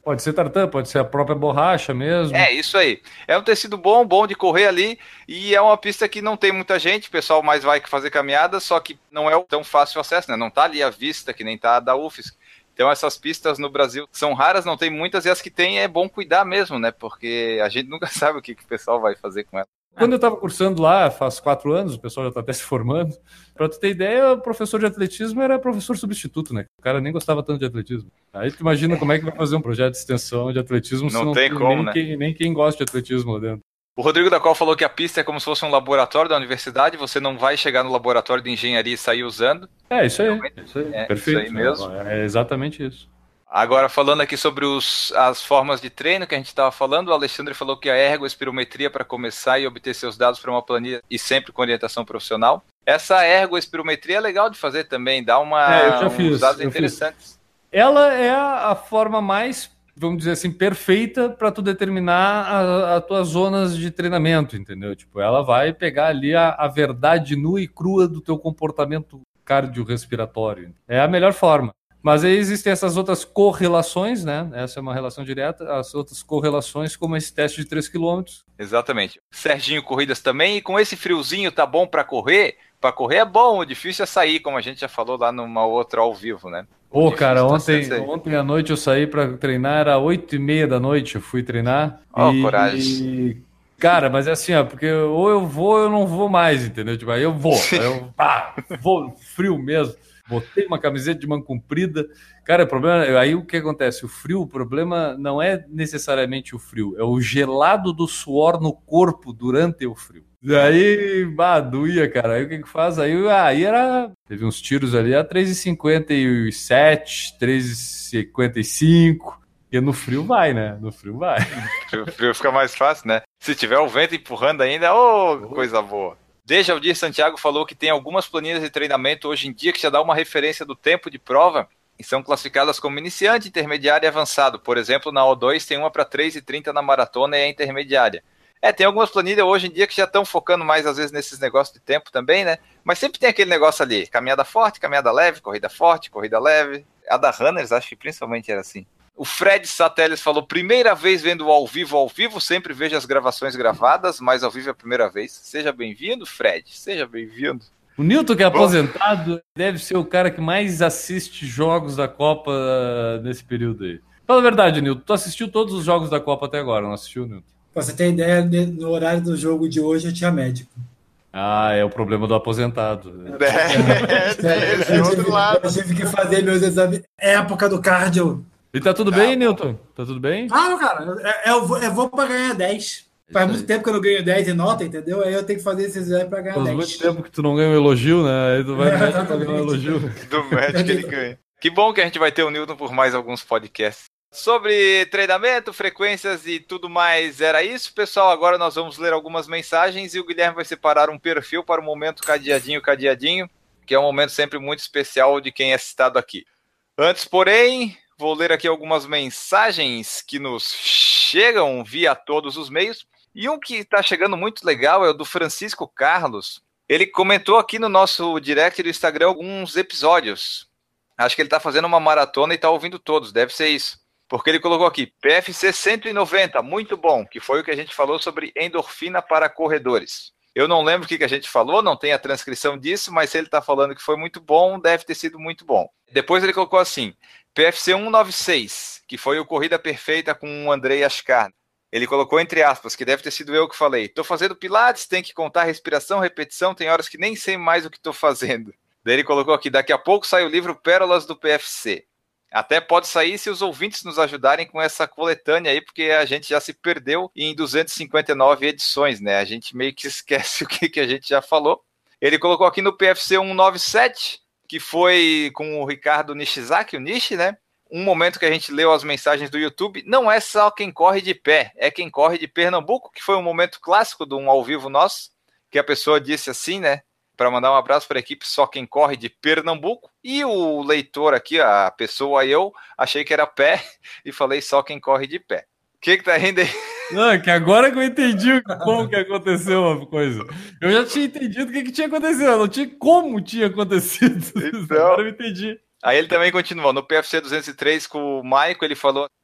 Pode ser tartan, pode ser a própria borracha mesmo. É, isso aí. É um tecido bom, bom de correr ali, e é uma pista que não tem muita gente, o pessoal mais vai fazer caminhada, só que não é tão fácil o acesso, né? Não tá ali à vista, que nem tá a da U F S C. Então essas pistas no Brasil são raras, não tem muitas, e as que tem é bom cuidar mesmo, né? Porque a gente nunca sabe o que, que o pessoal vai fazer com ela. Quando eu estava cursando lá, faz quatro anos, o pessoal já está até se formando. Para tu ter ideia, o professor de atletismo era professor substituto, né? O cara nem gostava tanto de atletismo. Aí tu imagina como é que vai fazer um projeto de extensão de atletismo se não, não tem, tem como, nem, né? quem, nem quem gosta de atletismo lá dentro. O Rodrigo da Qual falou que a pista é como se fosse um laboratório da universidade, você não vai chegar no laboratório de engenharia e sair usando. É, isso aí. Isso aí. É, Perfeito. Isso aí mesmo. É exatamente isso. Agora, falando aqui sobre os, as formas de treino que a gente estava falando, o Alexandre falou que a ergoespirometria para começar e obter seus dados para uma planilha e sempre com orientação profissional. Essa ergoespirometria é legal de fazer também, dá uma, é, eu já uns fiz, dados eu interessantes. Fiz. Ela é a, a forma mais, vamos dizer assim, perfeita para tu determinar as tuas zonas de treinamento, entendeu? Tipo, ela vai pegar ali a, a verdade nua e crua do teu comportamento cardiorrespiratório. É a melhor forma. Mas aí existem essas outras correlações, né? Essa é uma relação direta. As outras correlações, como esse teste de três quilômetros. Exatamente. Serginho Corridas também. E com esse friozinho tá bom para correr? Para correr é bom, o difícil é sair, como a gente já falou lá numa outra ao vivo, né? Pô, cara, ontem, ontem à noite eu saí para treinar, era oito e meia da noite, eu fui treinar. Ó, e... coragem. Cara, mas é assim, ó, porque ou eu vou ou eu não vou mais, entendeu? Tipo, aí eu vou, aí eu pá, vou frio mesmo. Botei uma camiseta de manga comprida. Cara, o problema... Aí o que acontece? O frio, o problema não é necessariamente o frio, é o gelado do suor no corpo durante o frio. E aí, bah, doía, cara. Aí o que que faz? Aí, aí era... Teve uns tiros ali a três e cinquenta e sete, três e cinquenta e cinco. E no frio vai, né? No frio vai. O frio fica mais fácil, né? Se tiver o vento empurrando ainda, ô, oh, coisa boa. Desde Aldir Santiago falou que tem algumas planilhas de treinamento hoje em dia que já dá uma referência do tempo de prova e são classificadas como iniciante, intermediário e avançado. Por exemplo, na O dois tem uma para três e trinta na maratona e é intermediária. É, tem algumas planilhas hoje em dia que já estão focando mais às vezes nesses negócios de tempo também, né? Mas sempre tem aquele negócio ali, caminhada forte, caminhada leve, corrida forte, corrida leve. A da Runners acho que principalmente era assim. O Fred Satellis falou, primeira vez vendo ao vivo, ao vivo, sempre vejo as gravações gravadas, mas ao vivo é a primeira vez. Seja bem-vindo, Fred, seja bem-vindo. O Nilton, que é aposentado, deve ser o cara que mais assiste jogos da Copa nesse período aí. Fala a verdade, Nilton, tu assistiu todos os jogos da Copa até agora, não assistiu, Nilton? Pra você ter ideia, no horário do jogo de hoje eu tinha médico. Ah, é o problema do aposentado. É, é, esse eu, outro tive, lado. eu tive que fazer meus exames. Época do cardio. E tá tudo bem, Nilton? Tá tudo bem? Claro, cara. Eu, eu, vou, eu vou pra ganhar dez. Faz muito tempo que eu não ganho dez em nota, entendeu? Aí eu tenho que fazer esses exames pra ganhar Faz dez. Faz muito tempo que tu não ganha um elogio, né? Aí tu vai é, ganhar um elogio. Do médico ele ganha. Que bom que a gente vai ter o Nilton por mais alguns podcasts. Sobre treinamento, frequências e tudo mais, era isso, pessoal. Agora nós vamos ler algumas mensagens e o Guilherme vai separar um perfil para o momento cadeadinho, cadeadinho, que é um momento sempre muito especial de quem é citado aqui. Antes, porém, vou ler aqui algumas mensagens que nos chegam via todos os meios. E um que está chegando muito legal é o do Francisco Carlos. Ele comentou aqui no nosso direct do Instagram alguns episódios. Acho que ele está fazendo uma maratona e está ouvindo todos, deve ser isso. Porque ele colocou aqui, P F C cento e noventa, muito bom, que foi o que a gente falou sobre endorfina para corredores. Eu não lembro o que a gente falou, não tem a transcrição disso, mas se ele está falando que foi muito bom, deve ter sido muito bom. Depois ele colocou assim, P F C cento e noventa e seis, que foi o Corrida Perfeita com o Andrei Ascar. Ele colocou entre aspas, que deve ter sido eu que falei, estou fazendo pilates, tem que contar respiração, repetição, tem horas que nem sei mais o que estou fazendo. Daí ele colocou aqui, daqui a pouco sai o livro Pérolas do P F C. Até pode sair se os ouvintes nos ajudarem com essa coletânea aí, porque a gente já se perdeu em duzentas e cinquenta e nove edições, né? A gente meio que esquece o que, que a gente já falou. Ele colocou aqui no P F C cento e noventa e sete, que foi com o Ricardo Nishizaki, o Nishi, né? Um momento que a gente leu as mensagens do YouTube. Não é só quem corre de pé, é quem corre de Pernambuco, que foi um momento clássico de um ao vivo nosso, que a pessoa disse assim, né? Para mandar um abraço para a equipe Só Quem Corre de Pernambuco. E o leitor aqui, a pessoa e eu, achei que era pé e falei Só Quem Corre de Pé. O que que tá rindo aí? Não, é que agora que eu entendi como que aconteceu uma coisa. Eu já tinha entendido o que, que tinha acontecido, não tinha como tinha acontecido. Então, agora eu entendi. Aí ele também continuou. No P F C duzentos e três com o Maico, ele falou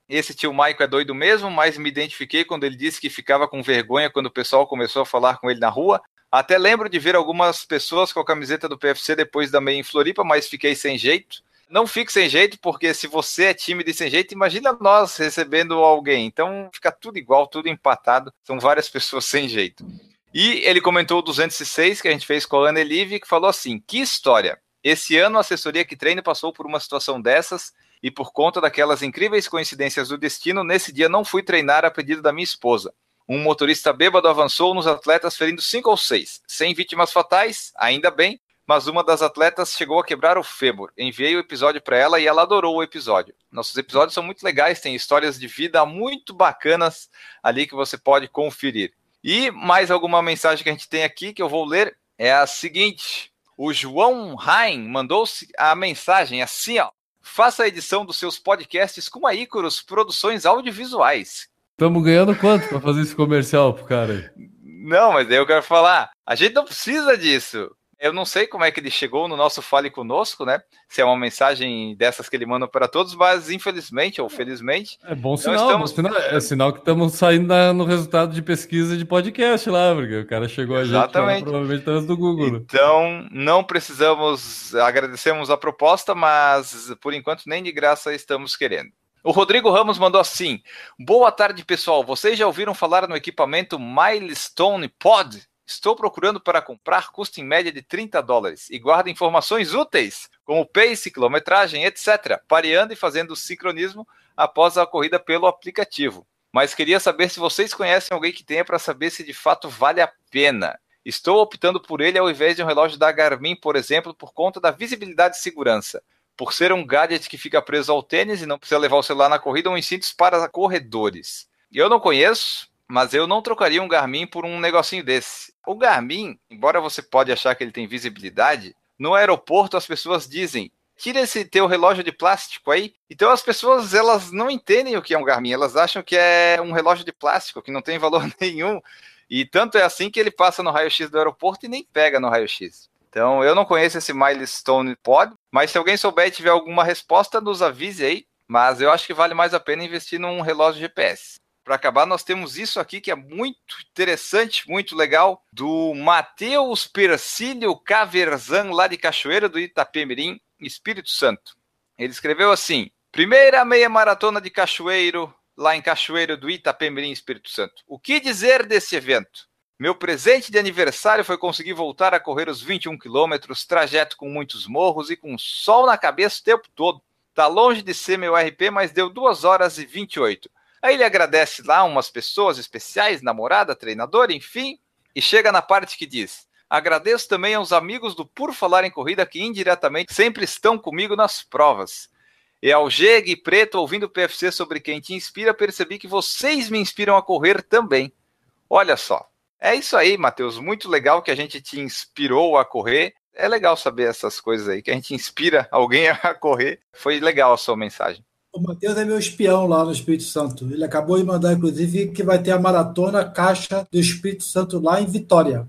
esse tio Maico é doido mesmo, mas me identifiquei quando ele disse que ficava com vergonha quando o pessoal começou a falar com ele na rua. Até lembro de ver algumas pessoas com a camiseta do P F C depois da meia em Floripa, mas fiquei sem jeito. Não fique sem jeito, porque se você é tímido e sem jeito, imagina nós recebendo alguém. Então fica tudo igual, tudo empatado. São várias pessoas sem jeito. E ele comentou o duzentos e seis, que a gente fez com a Ana Elive, que falou assim, que história. Esse ano a assessoria que treino passou por uma situação dessas e por conta daquelas incríveis coincidências do destino, nesse dia não fui treinar a pedido da minha esposa. Um motorista bêbado avançou nos atletas ferindo cinco ou seis. Sem vítimas fatais, ainda bem, mas uma das atletas chegou a quebrar o fêmur. Enviei o episódio para ela e ela adorou o episódio. Nossos episódios são muito legais, tem histórias de vida muito bacanas ali que você pode conferir. E mais alguma mensagem que a gente tem aqui que eu vou ler é a seguinte. O João Rain mandou-se a mensagem assim, ó. Faça a edição dos seus podcasts com a Icarus Produções Audiovisuais. Estamos ganhando quanto para fazer esse comercial pro cara? Não, mas aí eu quero falar, a gente não precisa disso. Eu não sei como é que ele chegou no nosso Fale Conosco, né? Se é uma mensagem dessas que ele manda para todos, mas infelizmente ou felizmente... É bom sinal, estamos... bom sinal. É sinal que estamos saindo na, no resultado de pesquisa de podcast lá, porque o cara chegou a gente lá, provavelmente através do Google. Então, não precisamos, agradecemos a proposta, mas por enquanto nem de graça estamos querendo. O Rodrigo Ramos mandou assim, boa tarde pessoal, vocês já ouviram falar no equipamento Milestone Pod? Estou procurando para comprar, custa em média de trinta dólares e guarda informações úteis, como pace, quilometragem, etcétera, pareando e fazendo o sincronismo após a corrida pelo aplicativo. Mas queria saber se vocês conhecem alguém que tenha para saber se de fato vale a pena. Estou optando por ele ao invés de um relógio da Garmin, por exemplo, por conta da visibilidade e segurança. Por ser um gadget que fica preso ao tênis e não precisa levar o celular na corrida ou em cintos para corredores. Eu não conheço, mas eu não trocaria um Garmin por um negocinho desse. O Garmin, embora você pode achar que ele tem visibilidade, no aeroporto as pessoas dizem, tira esse teu relógio de plástico aí. Então as pessoas elas não entendem o que é um Garmin, elas acham que é um relógio de plástico, que não tem valor nenhum. E tanto é assim que ele passa no raio-x do aeroporto e nem pega no raio-x. Então eu não conheço esse Milestone Pod, mas se alguém souber e tiver alguma resposta, nos avise aí. Mas eu acho que vale mais a pena investir num relógio G P S. Para acabar, nós temos isso aqui que é muito interessante, muito legal, do Matheus Persílio Caverzan, lá de Cachoeira do Itapemirim, Espírito Santo. Ele escreveu assim, primeira meia maratona de Cachoeiro, lá em Cachoeiro do Itapemirim, Espírito Santo. O que dizer desse evento? Meu presente de aniversário foi conseguir voltar a correr os vinte e um quilômetros, trajeto com muitos morros e com sol na cabeça o tempo todo. Tá longe de ser meu R P, mas deu duas horas e vinte e oito. Aí ele agradece lá umas pessoas especiais, namorada, treinador, enfim, e chega na parte que diz, agradeço também aos amigos do Por Falar em Corrida que indiretamente sempre estão comigo nas provas. E ao G e Preto, ouvindo o P F C sobre quem te inspira, percebi que vocês me inspiram a correr também. Olha só, é isso aí, Matheus, muito legal que a gente te inspirou a correr. É legal saber essas coisas aí, que a gente inspira alguém a correr. Foi legal a sua mensagem. O Matheus é meu espião lá no Espírito Santo. Ele acabou de mandar, inclusive, que vai ter a maratona Caixa do Espírito Santo lá em Vitória.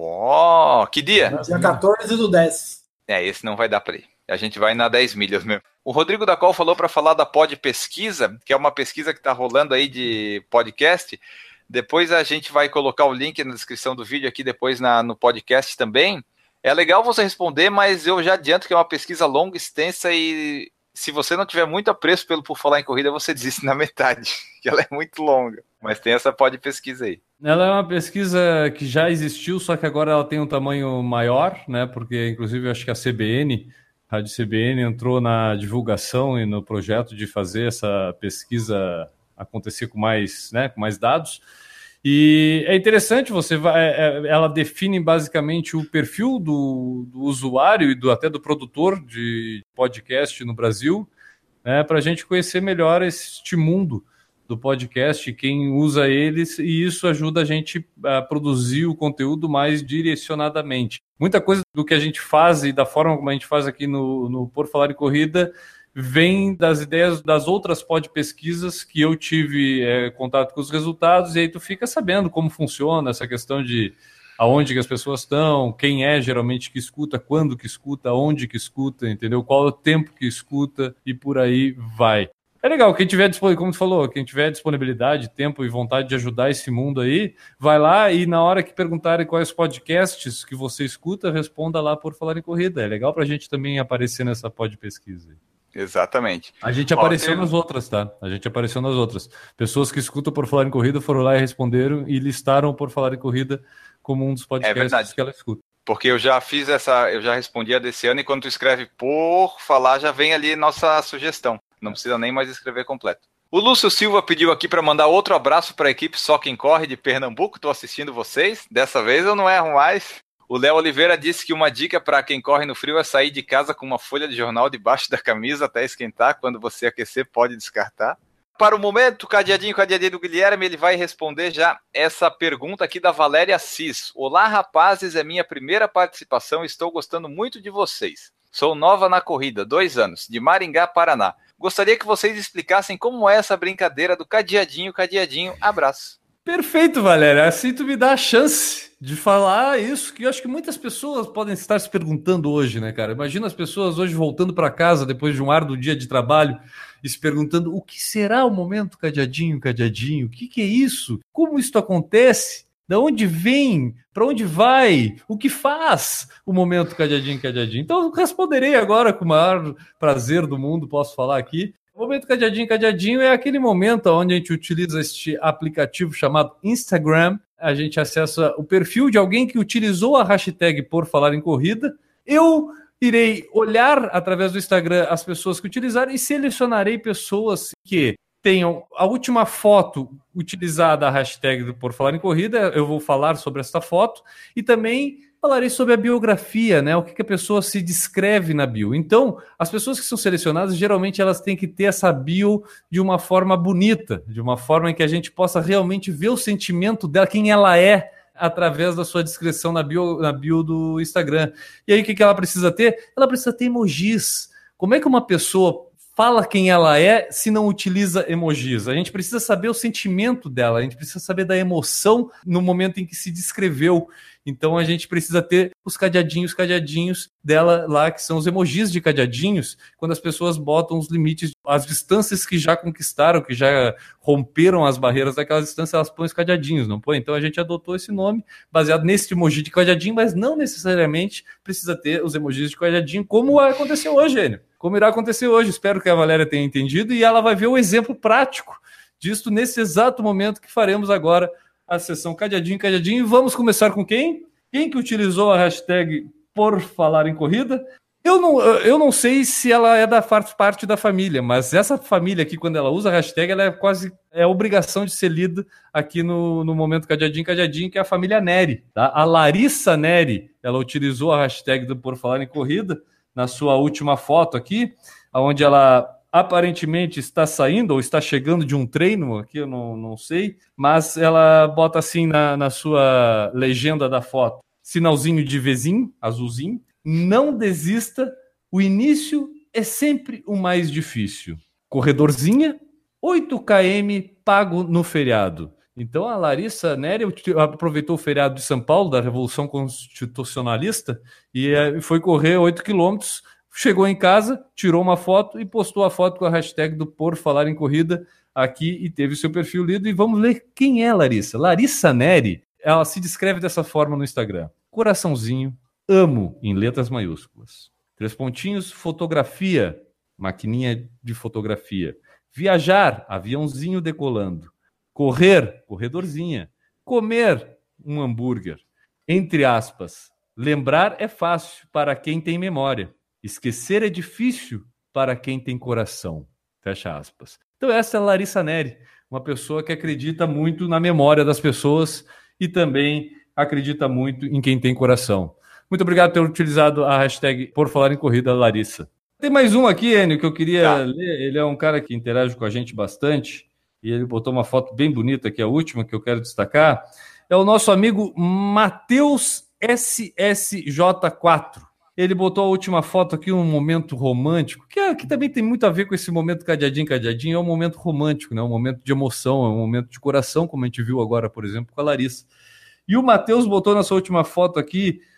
Uou, que dia? Dia quatorze do dez. É, esse não vai dar para ir. A gente vai na dez milhas mesmo. O Rodrigo da Col falou para falar da Pod Pesquisa, que é uma pesquisa que está rolando aí de podcast. Depois a gente vai colocar o link na descrição do vídeo aqui, depois na, no podcast também. É legal você responder, mas eu já adianto que é uma pesquisa longa, extensa e... se você não tiver muito apreço pelo Por Falar em Corrida, você desiste na metade, que ela é muito longa. Mas tem essa Pod Pesquisa aí. Ela é uma pesquisa que já existiu, só que agora ela tem um tamanho maior, né? Porque, inclusive, eu acho que a C B N, a Rádio C B N, entrou na divulgação e no projeto de fazer essa pesquisa acontecer com mais, né, com mais dados. E é interessante, você vai, ela define basicamente o perfil do, do usuário e do, até do produtor de podcast no Brasil, né, para a gente conhecer melhor este mundo do podcast, quem usa eles, e isso ajuda a gente a produzir o conteúdo mais direcionadamente. Muita coisa do que a gente faz e da forma como a gente faz aqui no, no Por Falar em Corrida vem das ideias das outras pod pesquisas que eu tive é, contato com os resultados, e aí tu fica sabendo como funciona essa questão de aonde que as pessoas estão, quem é geralmente que escuta, quando que escuta, onde que escuta, entendeu? Qual é o tempo que escuta e por aí vai. É legal, quem tiver disponibilidade, como tu falou, quem tiver disponibilidade, tempo e vontade de ajudar esse mundo aí, vai lá e na hora que perguntarem quais podcasts que você escuta, responda lá por Falar em Corrida. É legal pra gente também aparecer nessa pod pesquisa aí. Exatamente. A gente Ó, apareceu tem... nas outras, tá? A gente apareceu nas outras. Pessoas que escutam por Falar em Corrida foram lá e responderam e listaram por Falar em Corrida como um dos podcasts é que ela escuta. Porque eu já fiz essa, eu já respondi a desse ano e quando tu escreve por falar, já vem ali nossa sugestão. Não precisa nem mais escrever completo. O Lúcio Silva pediu aqui para mandar outro abraço para a equipe Só Quem Corre de Pernambuco. Estou assistindo vocês. Dessa vez eu não erro mais. O Léo Oliveira disse que uma dica para quem corre no frio é sair de casa com uma folha de jornal debaixo da camisa até esquentar. Quando você aquecer, pode descartar. Para o momento, cadeadinho, cadeadinho do Guilherme, ele vai responder já essa pergunta aqui da Valéria Cis. Olá, rapazes, é minha primeira participação e estou gostando muito de vocês. Sou nova na corrida, dois anos, de Maringá, Paraná. Gostaria que vocês explicassem como é essa brincadeira do cadeadinho, cadeadinho. Abraço. Perfeito, Valéria. Assim tu me dá a chance de falar isso, que eu acho que muitas pessoas podem estar se perguntando hoje, né, cara? Imagina as pessoas hoje voltando para casa depois de um árduo dia de trabalho e se perguntando o que será o momento cadeadinho, cadeadinho? O que, que é isso? Como isso acontece? Da onde vem? Para onde vai? O que faz o momento cadeadinho, cadeadinho? Então eu responderei agora com o maior prazer do mundo, posso falar aqui. O momento cadeadinho, cadeadinho é aquele momento onde a gente utiliza este aplicativo chamado Instagram. A gente acessa o perfil de alguém que utilizou a hashtag por falar em corrida. Eu irei olhar através do Instagram as pessoas que utilizaram e selecionarei pessoas que tenham a última foto utilizada a hashtag do por falar em corrida. Eu vou falar sobre esta foto e também falarei sobre a biografia, né? O que, que a pessoa se descreve na bio. Então, as pessoas que são selecionadas, geralmente elas têm que ter essa bio de uma forma bonita, de uma forma em que a gente possa realmente ver o sentimento dela, quem ela é, através da sua descrição na bio, na bio do Instagram. E aí, o que, que ela precisa ter? Ela precisa ter emojis. Como é que uma pessoa fala quem ela é se não utiliza emojis? A gente precisa saber o sentimento dela, a gente precisa saber da emoção no momento em que se descreveu. Então a gente precisa ter os cadeadinhos, cadeadinhos dela lá, que são os emojis de cadeadinhos, quando as pessoas botam os limites, as distâncias que já conquistaram, que já romperam as barreiras daquela distância, elas põem os cadeadinhos, não põe? Então a gente adotou esse nome baseado nesse emoji de cadeadinho, mas não necessariamente precisa ter os emojis de cadeadinho, como aconteceu hoje, Enio. Como irá acontecer hoje. Espero que a Valéria tenha entendido e ela vai ver o exemplo prático disso nesse exato momento que faremos agora a sessão cadeadinho, cadeadinho. E vamos começar com quem? Quem que utilizou a hashtag por falar em corrida? Eu não, eu não sei se ela é da parte da família, mas essa família aqui, quando ela usa a hashtag, ela é quase é obrigação de ser lida aqui no, no momento cadeadinho, cadeadinho, que é a família Neri. Tá? A Larissa Neri, ela utilizou a hashtag do por falar em corrida na sua última foto aqui, onde ela aparentemente está saindo ou está chegando de um treino, aqui eu não, não sei, mas ela bota assim na, na sua legenda da foto, sinalzinho de vizinho, azulzinho, não desista, o início é sempre o mais difícil. Corredorzinha, oito quilômetros pago no feriado. Então a Larissa Neri aproveitou o feriado de São Paulo, da Revolução Constitucionalista, e foi correr oito quilômetros, chegou em casa, tirou uma foto e postou a foto com a hashtag do Por Falar em Corrida aqui e teve seu perfil lido. E vamos ler quem é Larissa. Larissa Neri, ela se descreve dessa forma no Instagram. Coraçãozinho, amo, em letras maiúsculas. Três pontinhos, fotografia, maquininha de fotografia. Viajar, aviãozinho decolando. Correr, corredorzinha. Comer, um hambúrguer. Entre aspas, lembrar é fácil para quem tem memória. Esquecer é difícil para quem tem coração. Fecha aspas. Então essa é a Larissa Neri, uma pessoa que acredita muito na memória das pessoas e também acredita muito em quem tem coração. Muito obrigado por ter utilizado a hashtag Por Falar em Corrida, Larissa. Tem mais um aqui, Enio, que eu queria tá. ler. Ele é um cara que interage com a gente bastante e ele botou uma foto bem bonita, que é a última que eu quero destacar. É o nosso amigo Matheus S S J quatro. Ele botou a última foto aqui, um momento romântico, que, é, que também tem muito a ver com esse momento cadeadinho, cadeadinho. É um momento romântico, né? Um momento de emoção, é um momento de coração, como a gente viu agora, por exemplo, com a Larissa. E o Matheus botou na sua última foto aqui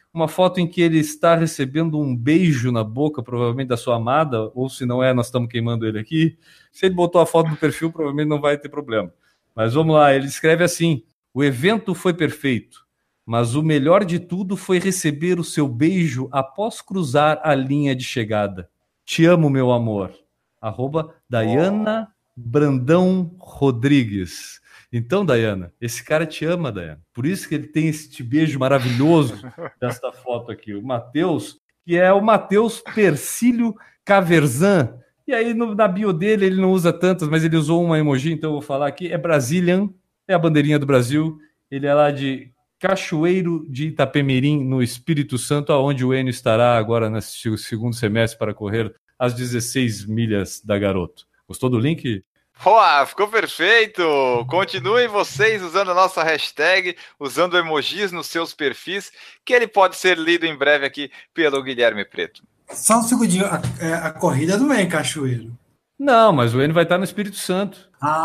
uma foto em que ele está recebendo um beijo na boca, provavelmente da sua amada, ou se não é, nós estamos queimando ele aqui. Se ele botou a foto no perfil, provavelmente não vai ter problema. Mas vamos lá, ele escreve assim: o evento foi perfeito, mas o melhor de tudo foi receber o seu beijo após cruzar a linha de chegada. Te amo, meu amor. Arroba Dayana Brandão Rodrigues. Então, Dayana, esse cara te ama, Dayana. Por isso que ele tem esse beijo maravilhoso desta foto aqui. O Matheus, que é o Matheus Persílio Caverzan. E aí, no, na bio dele, ele não usa tantas, mas ele usou uma emoji, então eu vou falar aqui. É Brazilian, é a bandeirinha do Brasil. Ele é lá de Cachoeiro de Itapemirim, no Espírito Santo, aonde o Enio estará agora no segundo semestre para correr as dezesseis milhas da Garoto. Gostou do link? Boa, ficou perfeito! Continuem vocês usando a nossa hashtag, usando emojis nos seus perfis, que ele pode ser lido em breve aqui pelo Guilherme Preto. Só um segundinho, a, a corrida não é em Cachoeiro. Não, mas o Enio vai estar no Espírito Santo.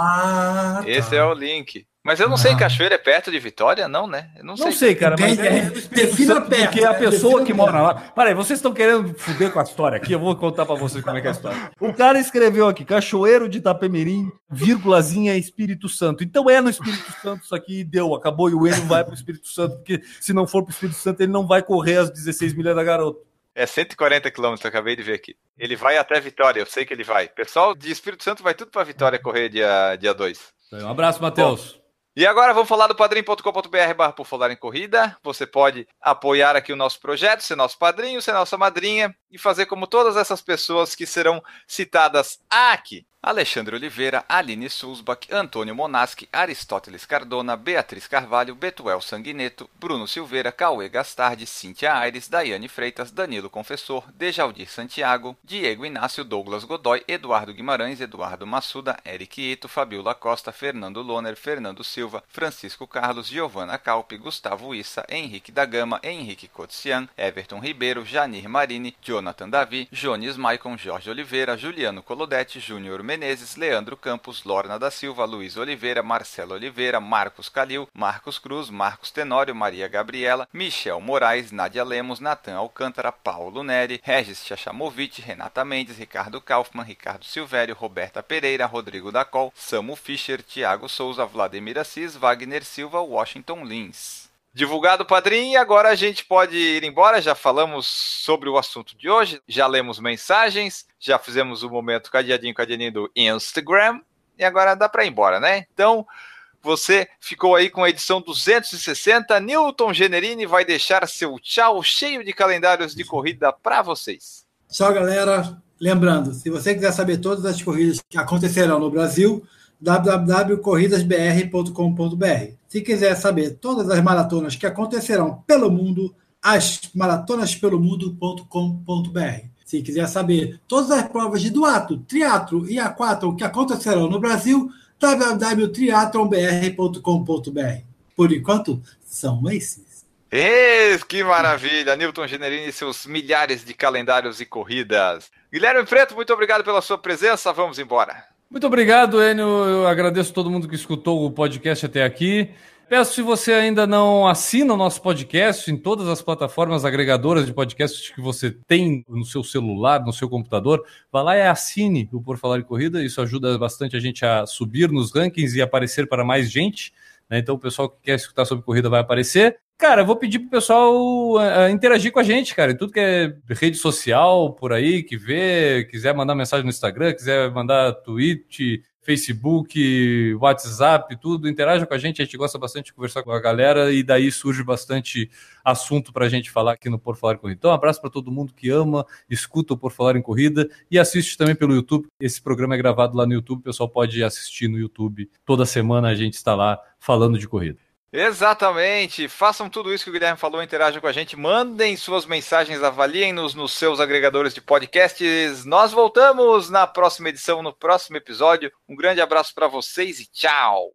Ah, tá. Esse é o link. Mas eu não sei, Cachoeira é perto de Vitória? Não, né? Eu não, Não sei, sei, cara, mas Defina é do Espírito Santo, perto, porque a né? pessoa Defina que mora perto. lá... Peraí, vocês estão querendo foder com a história aqui? Eu vou contar pra vocês como é que é a história. O cara escreveu aqui, Cachoeiro de Itapemirim, vírgulazinha Espírito Santo. Então é no Espírito Santo isso aqui e deu, acabou, e o Enio vai pro Espírito Santo, porque se não for pro Espírito Santo, ele não vai correr as dezesseis milhas da Garoto. É cento e quarenta quilômetros, eu acabei de ver aqui. Ele vai até Vitória, eu sei que ele vai. Pessoal de Espírito Santo vai tudo pra Vitória correr dia, dia dois. Um abraço, Matheus. E agora vamos falar do padrim ponto com ponto b r barra por falar em corrida. Você pode apoiar aqui o nosso projeto, ser nosso padrinho, ser nossa madrinha e fazer como todas essas pessoas que serão citadas aqui. Alexandre Oliveira, Aline Sulzbach, Antônio Monaschi, Aristóteles Cardona, Beatriz Carvalho, Betuel Sanguineto, Bruno Silveira, Cauê Gastardi, Cíntia Aires, Daiane Freitas, Danilo Confessor, Dejaldir Santiago, Diego Inácio, Douglas Godoy, Eduardo Guimarães, Eduardo Massuda, Eric Ito, Fabiola Costa, Fernando Loner, Fernando Silva, Francisco Carlos, Giovana Calpe, Gustavo Issa, Henrique da Gama, Henrique Cotsian, Everton Ribeiro, Janir Marini, Jonathan Davi, Jones Maicon, Jorge Oliveira, Juliano Colodete, Júnior Menezes, Leandro Campos, Lorna da Silva, Luiz Oliveira, Marcelo Oliveira, Marcos Calil, Marcos Cruz, Marcos Tenório, Maria Gabriela, Michel Moraes, Nádia Lemos, Natan Alcântara, Paulo Neri, Regis Chachamovic, Renata Mendes, Ricardo Kaufmann, Ricardo Silvério, Roberta Pereira, Rodrigo Dacol, Samu Fischer, Thiago Souza, Vladimir Assis, Wagner Silva, Washington Lins. Divulgado o padrinho, e agora a gente pode ir embora. Já falamos sobre o assunto de hoje, já lemos mensagens, já fizemos o momento cadeadinho, cadeadinho do Instagram, e agora dá para ir embora, né? Então, você ficou aí com a edição duzentos e sessenta. Newton Generini vai deixar seu tchau cheio de calendários de corrida para vocês. Tchau, galera. Lembrando, se você quiser saber todas as corridas que acontecerão no Brasil, w w w ponto corridas b r ponto com ponto b r. Se quiser saber todas as maratonas que acontecerão pelo mundo, as maratonas pelo mundo ponto com ponto b r. Se quiser saber todas as provas de duato, triatlo e aquatlo que acontecerão no Brasil, w w w ponto triatlon b r ponto com ponto b r. Por enquanto, são esses. Ei, que maravilha! Newton Generini e seus milhares de calendários e corridas. Guilherme Preto, muito obrigado pela sua presença. Vamos embora. Muito obrigado, Enio. Eu agradeço a todo mundo que escutou o podcast até aqui. Peço, se você ainda não assina o nosso podcast em todas as plataformas agregadoras de podcasts que você tem no seu celular, no seu computador, vá lá e assine o Por Falar em Corrida. Isso ajuda bastante a gente a subir nos rankings e aparecer para mais gente, né? Então o pessoal que quer escutar sobre corrida vai aparecer. Cara, eu vou pedir pro pessoal uh, interagir com a gente, cara, em tudo que é rede social por aí, que vê, quiser mandar mensagem no Instagram, quiser mandar tweet, Facebook, WhatsApp, tudo, interaja com a gente, a gente gosta bastante de conversar com a galera e daí surge bastante assunto pra gente falar aqui no Por Falar em Corrida. Então, um abraço para todo mundo que ama, escuta o Por Falar em Corrida e assiste também pelo YouTube. Esse programa é gravado lá no YouTube, o pessoal pode assistir no YouTube. Toda semana a gente está lá falando de corrida. Exatamente, façam tudo isso que o Guilherme falou, interajam com a gente, mandem suas mensagens, avaliem-nos nos seus agregadores de podcasts. Nós voltamos na próxima edição, no próximo episódio. Um grande abraço para vocês e tchau!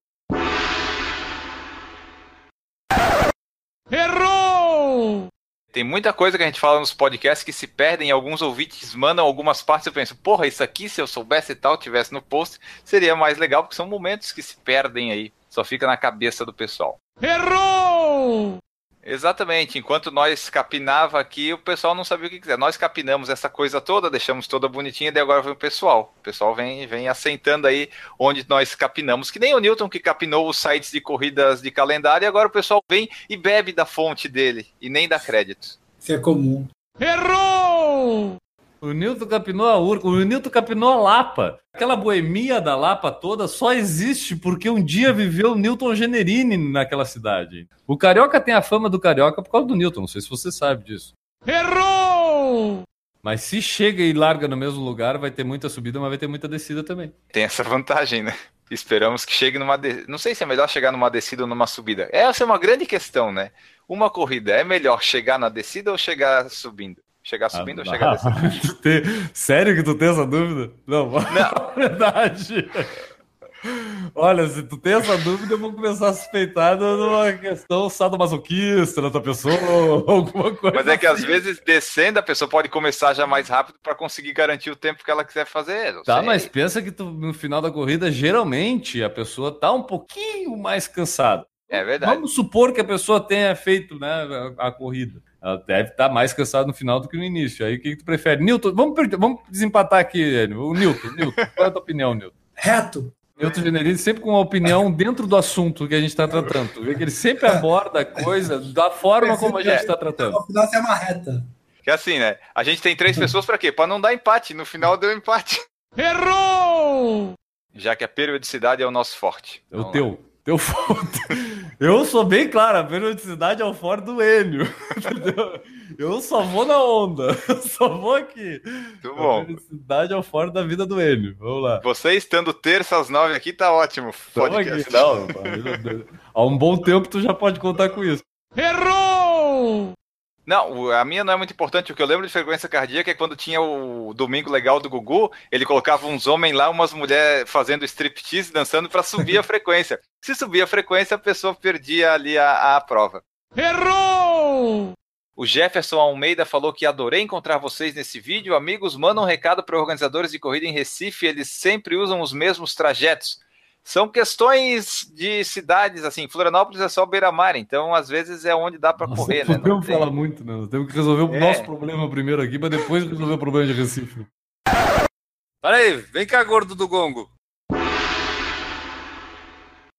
Errou! Tem muita coisa que a gente fala nos podcasts que se perdem, alguns ouvintes mandam algumas partes, eu penso, porra, isso aqui, se eu soubesse e tal, tivesse no post, seria mais legal, porque são momentos que se perdem aí, só fica na cabeça do pessoal. Errou! Exatamente, enquanto nós capinava aqui, o pessoal não sabia o que quiser. Nós capinamos essa coisa toda, deixamos toda bonitinha, daí agora vem o pessoal. O pessoal vem, vem assentando aí onde nós capinamos. Que nem o Newton que capinou os sites de corridas de calendário, e agora o pessoal vem e bebe da fonte dele, e nem dá crédito. Isso é comum. Errou! O Newton capinou a Urca, o Newton capinou a Lapa. Aquela boemia da Lapa toda só existe porque um dia viveu o Newton Generini naquela cidade. O Carioca tem a fama do Carioca por causa do Newton, não sei se você sabe disso. Errou! Mas se chega e larga no mesmo lugar, vai ter muita subida, mas vai ter muita descida também. Tem essa vantagem, né? Esperamos que chegue numa... De... Não sei se é melhor chegar numa descida ou numa subida. Essa é uma grande questão, né? Uma corrida, é melhor chegar na descida ou chegar subindo? Chegar subindo ah, ou chegar ah, descendo? Tem... Sério que tu tem essa dúvida? Não, não. Verdade. Olha, se tu tem essa dúvida, eu vou começar a suspeitar de uma questão sadomasoquista da tua pessoa, alguma coisa. Mas é que assim. Às vezes descendo a pessoa pode começar já mais rápido para conseguir garantir o tempo que ela quiser fazer. Tá, sei. Mas pensa que tu, no final da corrida, geralmente a pessoa tá um pouquinho mais cansada. É verdade. Vamos supor que a pessoa tenha feito, né, a, a corrida. Ela deve estar mais cansada no final do que no início. Aí o que, que tu prefere? Newton, vamos, vamos desempatar aqui, Enio. O Newton, Newton, qual é a tua opinião, Newton? Reto. Newton Generini sempre com uma opinião dentro do assunto que a gente está tratando. Tu vê que ele sempre aborda a coisa da forma como a gente está tratando. No final é uma reta. Que é assim, né? A gente tem três pessoas para quê? Para não dar empate. No final deu empate. Errou! Já que a periodicidade é o nosso forte. É o teu. Teu forte. Eu sou bem claro, a periodicidade é o forte do Enio. Entendeu? Eu só vou na onda. Eu só vou aqui. Muito bom. A periodicidade é o forte da vida do Enio. Vamos lá. Você estando terça às nove aqui, tá ótimo. Podcast. Não, há um bom tempo tu já pode contar com isso. Errou! Não, a minha não é muito importante. O que eu lembro de frequência cardíaca é quando tinha o Domingo Legal do Gugu, ele colocava uns homens lá, umas mulheres fazendo striptease, dançando para subir a frequência. Se subir a frequência, a pessoa perdia ali a, a prova. Errou! O Jefferson Almeida falou que adorei encontrar vocês nesse vídeo. Amigos, mandam um recado para organizadores de corrida em Recife, eles sempre usam os mesmos trajetos. São questões de cidades, assim, Florianópolis é só beira-mar, então às vezes é onde dá para correr, né? Não podemos tem... falar muito, né? Nós temos que resolver o é. nosso problema primeiro aqui, para depois resolver o problema de Recife. Para aí, vem cá, gordo do gongo.